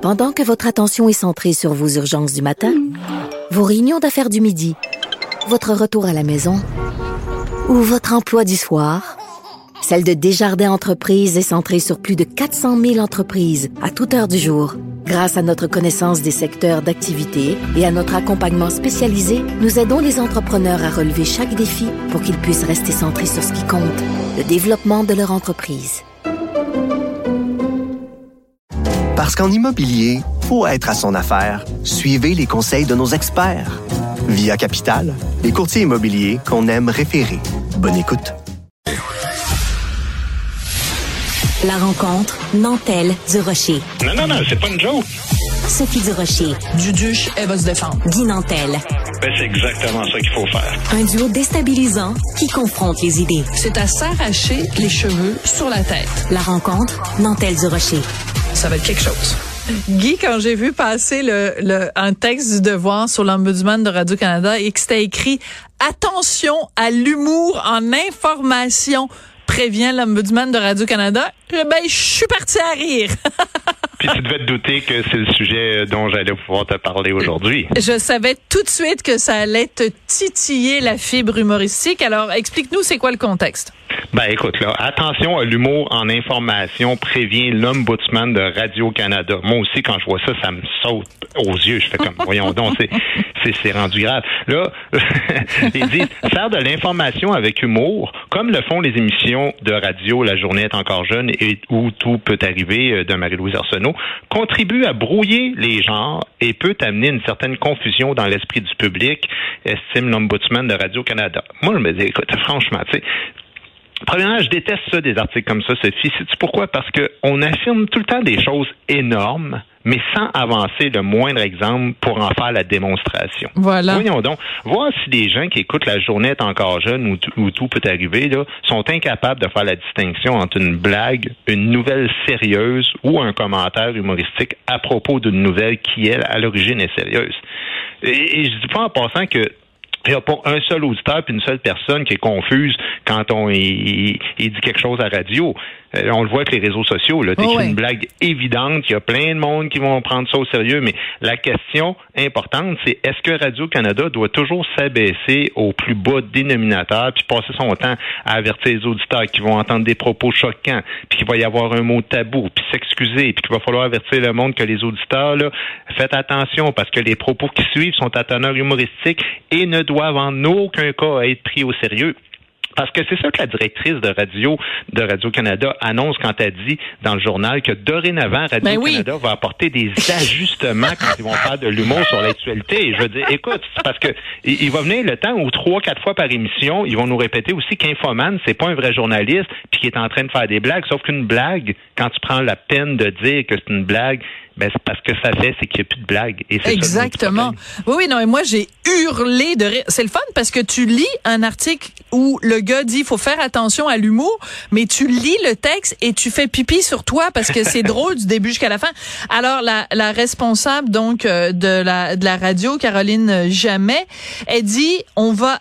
Pendant que votre attention est centrée sur vos urgences du matin, vos réunions d'affaires du midi, votre retour à la maison ou votre emploi du soir, celle de Desjardins Entreprises est centrée sur plus de 400 000 entreprises à toute heure du jour. Grâce à notre connaissance des secteurs d'activité et à notre accompagnement spécialisé, nous aidons les entrepreneurs à relever chaque défi pour qu'ils puissent rester centrés sur ce qui compte, le développement de leur entreprise. Parce qu'en immobilier, faut être à son affaire. Suivez les conseils de nos experts. Via Capital, les courtiers immobiliers qu'on aime référer. Bonne écoute. La rencontre Nantel-Durocher. Non, c'est pas une joke. Sophie Durocher. Duduche, elle va se défendre. Guy Nantel. Ben, c'est exactement ça qu'il faut faire. Un duo déstabilisant qui confronte les idées. C'est à s'arracher les cheveux sur la tête. La rencontre Nantel-Durocher. Ça va être quelque chose. Guy, quand j'ai vu passer un texte du Devoir sur l'Ombudsman de Radio-Canada et que c'était écrit « Attention à l'humour en information », prévient l'Ombudsman de Radio-Canada, ben, je suis partie à rire. Puis tu devais te douter que c'est le sujet dont j'allais pouvoir te parler aujourd'hui. Je savais tout de suite que ça allait te titiller la fibre humoristique. Alors, explique-nous, c'est quoi le contexte? Ben écoute, là, attention à l'humour en information, prévient l'Ombudsman de Radio-Canada. Moi aussi, quand je vois ça, ça me saute aux yeux. Je fais comme, voyons donc, c'est rendu grave. Là, ils disent, faire de l'information avec humour, comme le font les émissions de radio La Journée est encore jeune et où tout peut arriver de Marie-Louise Arsenault, contribue à brouiller les genres et peut amener une certaine confusion dans l'esprit du public, estime l'Ombudsman de Radio-Canada. Moi, je me dis, écoute, franchement, tu sais, premièrement, je déteste ça, des articles comme ça, Sophie. Sais-tu pourquoi? Parce qu'on affirme tout le temps des choses énormes, mais sans avancer le moindre exemple pour en faire la démonstration. Voilà. Voyons donc, voir si des gens qui écoutent La Journée est encore jeune où tout peut arriver, là, sont incapables de faire la distinction entre une blague, une nouvelle sérieuse ou un commentaire humoristique à propos d'une nouvelle qui, elle, à l'origine est sérieuse. Et je dis pas en passant que il n'y a pas un seul auditeur puis une seule personne qui est confuse quand il dit quelque chose à radio. On le voit avec les réseaux sociaux. Là, t'écris une blague évidente, il y a plein de monde qui vont prendre ça au sérieux, mais la question importante, c'est est-ce que Radio-Canada doit toujours s'abaisser au plus bas dénominateur puis passer son temps à avertir les auditeurs qui vont entendre des propos choquants, puis qu'il va y avoir un mot tabou, puis s'excuser, puis qu'il va falloir avertir le monde que les auditeurs, là, faites attention parce que les propos qui suivent sont à teneur humoristique et ne doivent en aucun cas être pris au sérieux. Parce que c'est ça que la directrice de Radio-Canada annonce quand elle dit dans le journal que dorénavant, Radio-Canada va apporter des ajustements quand ils vont faire de l'humour sur l'actualité. Et je veux dire, écoute, c'est parce que il va venir le temps où 3-4 fois par émission, ils vont nous répéter aussi qu'Infoman, c'est pas un vrai journaliste puis qui est en train de faire des blagues. Sauf qu'une blague, quand tu prends la peine de dire que c'est une blague, ben c'est parce que ça fait, c'est qu'il n'y a plus de blagues. Et c'est exactement. Oui, non, et moi, j'ai hurlé de rire. C'est le fun parce que tu lis un article où le gars dit, il faut faire attention à l'humour, mais tu lis le texte et tu fais pipi sur toi parce que c'est drôle du début jusqu'à la fin. Alors, la responsable, donc, de la radio, Caroline Jamais, elle dit, on va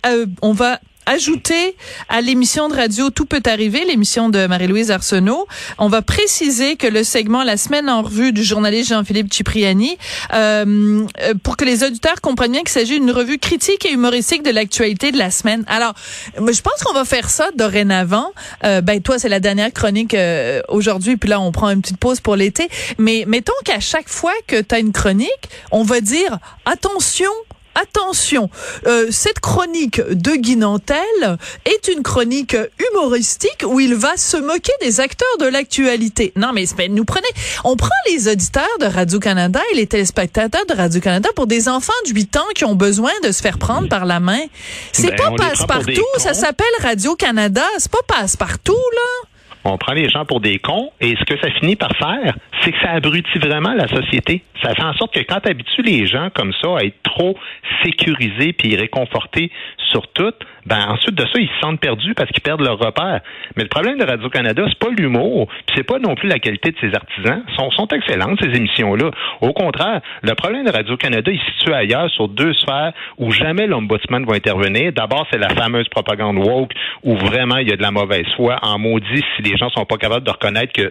ajouter à l'émission de radio Tout peut arriver, l'émission de Marie-Louise Arsenault. On va préciser que le segment La semaine en revue du journaliste Jean-Philippe Cipriani, pour que les auditeurs comprennent bien qu'il s'agit d'une revue critique et humoristique de l'actualité de la semaine. Alors, je pense qu'on va faire ça dorénavant. Ben toi, c'est la dernière chronique aujourd'hui, puis là, on prend une petite pause pour l'été. Mais mettons qu'à chaque fois que tu as une chronique, on va dire « Attention ». Attention, cette chronique de Guy Nantel est une chronique humoristique où il va se moquer des acteurs de l'actualité. Non, mais on prend les auditeurs de Radio-Canada et les téléspectateurs de Radio-Canada pour des enfants de 8 ans qui ont besoin de se faire prendre par la main. C'est pas passe-partout, ça s'appelle Radio-Canada, c'est pas passe-partout, là. On prend les gens pour des cons et ce que ça finit par faire, c'est que ça abrutit vraiment la société. Ça fait en sorte que quand tu habitues les gens comme ça à être trop sécurisés puis réconfortés sur tout, ben ensuite de ça, ils se sentent perdus parce qu'ils perdent leur repère. Mais le problème de Radio-Canada, c'est pas l'humour, puis c'est pas non plus la qualité de ses artisans. Sont excellentes, ces émissions-là. Au contraire, le problème de Radio-Canada, il se situe ailleurs sur deux sphères où jamais l'Ombudsman va intervenir. D'abord, c'est la fameuse propagande woke où vraiment il y a de la mauvaise foi en maudit si les gens sont pas capables de reconnaître que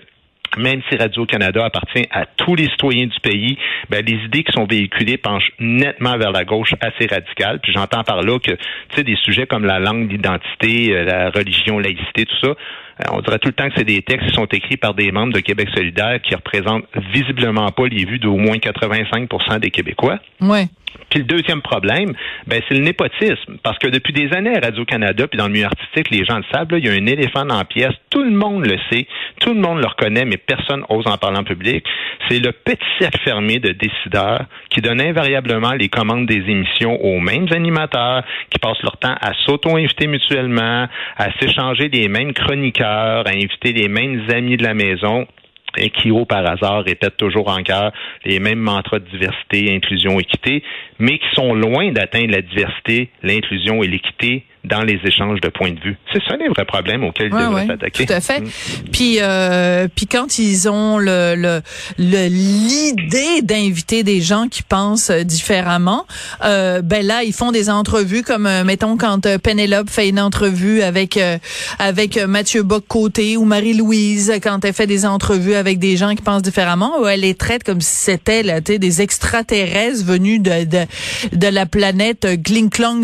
même si Radio-Canada appartient à tous les citoyens du pays, ben, les idées qui sont véhiculées penchent nettement vers la gauche assez radicale. Puis j'entends par là que, tu sais, des sujets comme la langue, l'identité, la religion, laïcité, tout ça, on dirait tout le temps que c'est des textes qui sont écrits par des membres de Québec solidaire qui représentent visiblement pas les vues d'au moins 85% des Québécois. Ouais. Puis le deuxième problème, ben c'est le népotisme. Parce que depuis des années à Radio-Canada, puis dans le milieu artistique, les gens le savent, là, il y a un éléphant dans la pièce. Tout le monde le sait, tout le monde le reconnaît, mais personne n'ose en parler en public. C'est le petit cercle fermé de décideurs qui donnent invariablement les commandes des émissions aux mêmes animateurs, qui passent leur temps à s'auto-inviter mutuellement, à s'échanger les mêmes chroniqueurs, à inviter les mêmes amis de la maison, et qui, par hasard, répètent toujours en chœur les mêmes mantras de diversité, inclusion, équité, mais qui sont loin d'atteindre la diversité, l'inclusion et l'équité dans les échanges de points de vue. C'est ça les vrais problèmes auxquels ils devraient s'attaquer. Tout à fait. Puis quand ils ont l'idée d'inviter des gens qui pensent différemment, ben là ils font des entrevues comme mettons quand Pénélope fait une entrevue avec Mathieu Bock-Côté ou Marie-Louise quand elle fait des entrevues avec des gens qui pensent différemment, où elle les traite comme si c'était là, des extraterrestres venus de la planète Glinklang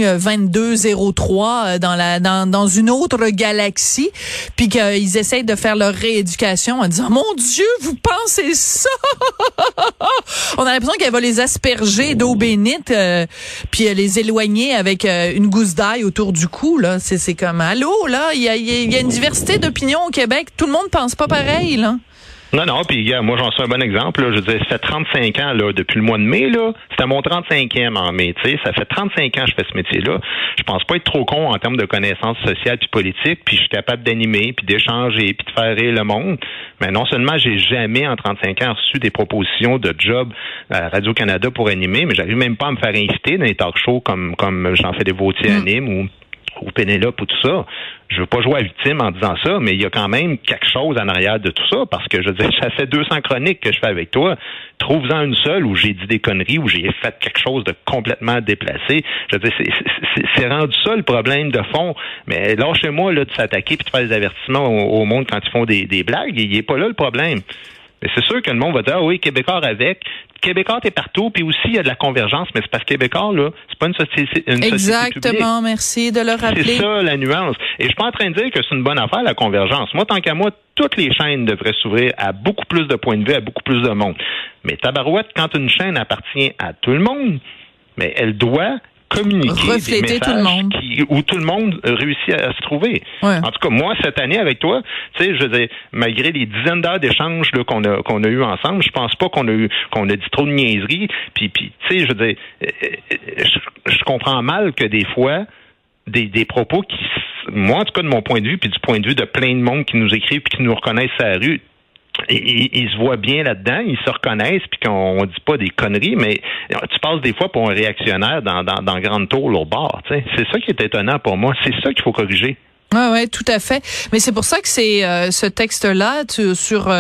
2203 dans une autre galaxie, puis qu'ils essayent de faire leur rééducation en disant mon Dieu, vous pensez ça? On a l'impression qu'elle va les asperger d'eau bénite, puis les éloigner avec une gousse d'ail autour du cou. Là, c'est comme allô là, il y a une diversité d'opinions au Québec. Tout le monde pense pas pareil là. Non, puis moi j'en suis un bon exemple. Là. Je veux dire, ça fait 35 ans là, depuis le mois de mai, là, c'était mon 35e en mai. Tu sais, ça fait 35 ans que je fais ce métier-là. Je pense pas être trop con en termes de connaissances sociales puis politiques, puis je suis capable d'animer, puis d'échanger, puis de faire rire le monde. Mais non seulement j'ai jamais en 35 ans reçu des propositions de job à Radio-Canada pour animer, mais j'arrive même pas à me faire inviter dans les talk shows comme Jean-Philippe Desvautiers anime ou Pénélope ou tout ça. Je veux pas jouer à victime en disant ça, mais il y a quand même quelque chose en arrière de tout ça, parce que je veux dire, ça fait 200 chroniques que je fais avec toi. Trouve-en une seule où j'ai dit des conneries, où j'ai fait quelque chose de complètement déplacé. Je veux dire, c'est rendu ça le problème de fond. Mais lâchez-moi là de s'attaquer puis de faire des avertissements au monde quand ils font des blagues. Il est pas là le problème. Mais c'est sûr que le monde va dire, ah oui, Québécois avec. Québécois, t'es partout, puis aussi, il y a de la convergence, mais c'est parce que Québécois, là, c'est pas une société publique. Exactement, merci de le rappeler. C'est ça, la nuance. Et je suis pas en train de dire que c'est une bonne affaire, la convergence. Moi, tant qu'à moi, toutes les chaînes devraient s'ouvrir à beaucoup plus de points de vue, à beaucoup plus de monde. Mais tabarouette, quand une chaîne appartient à tout le monde, mais elle doit communiquer refléter des messages tout le monde. Où tout le monde réussit à se trouver. Ouais. En tout cas, moi, cette année, avec toi, tu sais, je veux dire, malgré les dizaines d'heures d'échanges là, qu'on a eu ensemble, je pense pas qu'on a dit trop de niaiseries. Puis tu sais, je veux dire, je comprends mal que des fois, des propos qui, moi, en tout cas, de mon point de vue, puis du point de vue de plein de monde qui nous écrivent puis qui nous reconnaissent à la rue, ils se voient bien là-dedans, ils se reconnaissent, puis qu'on dit pas des conneries, mais tu passes des fois pour un réactionnaire dans Grande Tour au bord. C'est ça qui est étonnant pour moi. C'est ça qu'il faut corriger. Ouais, tout à fait. Mais c'est pour ça que c'est ce texte-là sur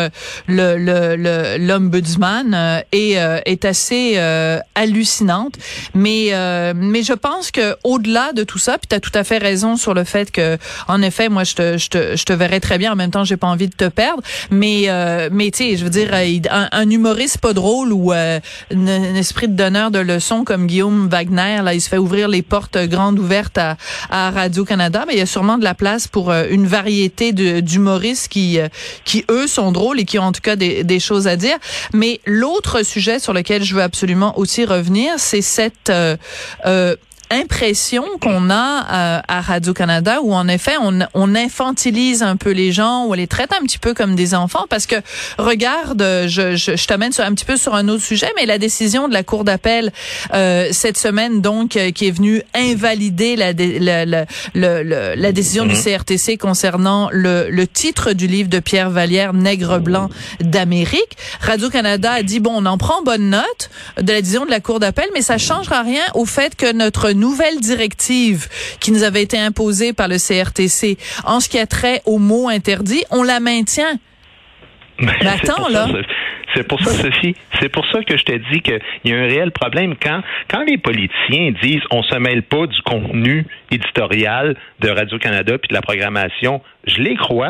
l'ombudsman est assez hallucinante. Mais je pense que au-delà de tout ça, puis t'as tout à fait raison sur le fait que, en effet, moi je te verrais très bien. En même temps, j'ai pas envie de te perdre. Mais tu sais, je veux dire, un humoriste pas drôle ou un esprit de donneur de leçons comme Guillaume Wagner, là, il se fait ouvrir les portes grandes ouvertes à Radio-Canada. Mais il y a sûrement de la place pour une variété d'humoristes qui eux sont drôles et qui ont en tout cas des choses à dire. Mais l'autre sujet sur lequel je veux absolument aussi revenir, c'est cette impression qu'on a à Radio-Canada où en effet on infantilise un peu les gens, où on les traite un petit peu comme des enfants, parce que regarde, je t'amène un petit peu sur un autre sujet, mais la décision de la Cour d'appel cette semaine donc qui est venue invalider la décision du CRTC concernant le titre du livre de Pierre Vallière, Nègre blanc d'Amérique. Radio-Canada a dit bon, on en prend bonne note de la décision de la Cour d'appel, mais ça changera rien au fait que notre nouvelle directive qui nous avait été imposée par le CRTC en ce qui a trait aux mots interdits, on la maintient. Mais attends, là. C'est pour ça, Sophie. C'est pour ça que je te dis qu'il y a un réel problème. Quand les politiciens disent on se mêle pas du contenu éditorial de Radio-Canada puis de la programmation, je les crois.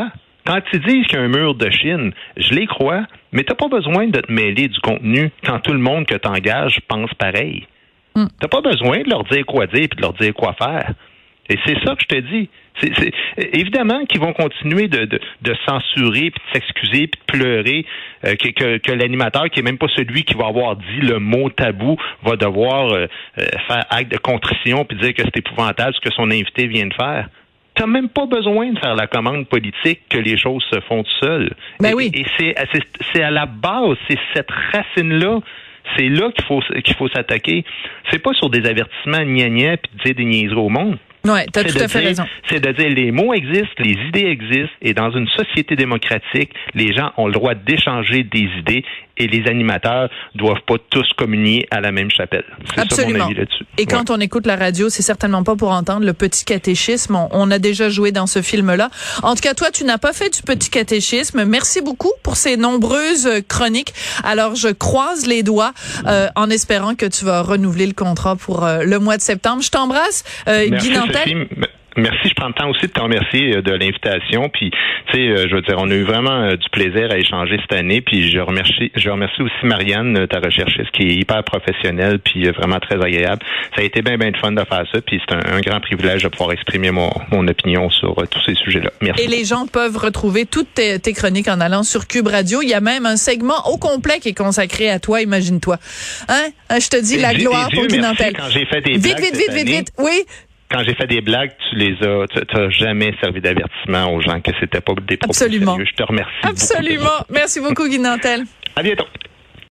Quand ils disent qu'il y a un mur de Chine, je les crois, mais t'as pas besoin de te mêler du contenu quand tout le monde que t'engages pense pareil. T'as pas besoin de leur dire quoi dire puis de leur dire quoi faire. Et c'est ça que je te dis. C'est évidemment qu'ils vont continuer de censurer, puis de s'excuser, puis de pleurer, que l'animateur, qui est même pas celui qui va avoir dit le mot tabou, va devoir faire acte de contrition puis dire que c'est épouvantable ce que son invité vient de faire. T'as même pas besoin de faire la commande politique, que les choses se font tout seules. Ben oui. Et c'est à la base, c'est cette racine-là. C'est là qu'il faut s'attaquer. C'est pas sur des avertissements gna-gna puis de dire des niaiseries au monde. Ouais, t'as tout à fait raison. C'est de dire les mots existent, les idées existent, et dans une société démocratique, les gens ont le droit d'échanger des idées et les animateurs doivent pas tous communier à la même chapelle. C'est Absolument. ça mon avis là-dessus. Et quand on écoute la radio, c'est certainement pas pour entendre le petit catéchisme. On a déjà joué dans ce film-là. En tout cas, toi, tu n'as pas fait du petit catéchisme. Merci beaucoup pour ces nombreuses chroniques. Alors, je croise les doigts en espérant que tu vas renouveler le contrat pour le mois de septembre. Je t'embrasse, Guy Nantel. Merci, je prends le temps aussi de te remercier de l'invitation. Puis, tu sais, je veux dire, on a eu vraiment du plaisir à échanger cette année. Puis, je remercie aussi Marianne, ta recherchiste, qui est hyper professionnelle, puis vraiment très agréable. Ça a été bien de fun de faire ça. Puis, c'est un grand privilège de pouvoir exprimer mon opinion sur tous ces sujets-là. Merci. Et les gens peuvent retrouver toutes tes chroniques en allant sur Cube Radio. Il y a même un segment au complet qui est consacré à toi. Imagine-toi. Hein? Je te dis la gloire pour Guy Nantel. Quand j'ai fait des blagues vite. Oui. Quand j'ai fait des blagues, t'as jamais servi d'avertissement aux gens que c'était pas des propos sérieux. Je te remercie. Absolument. Merci beaucoup, Guy Nantel. À bientôt.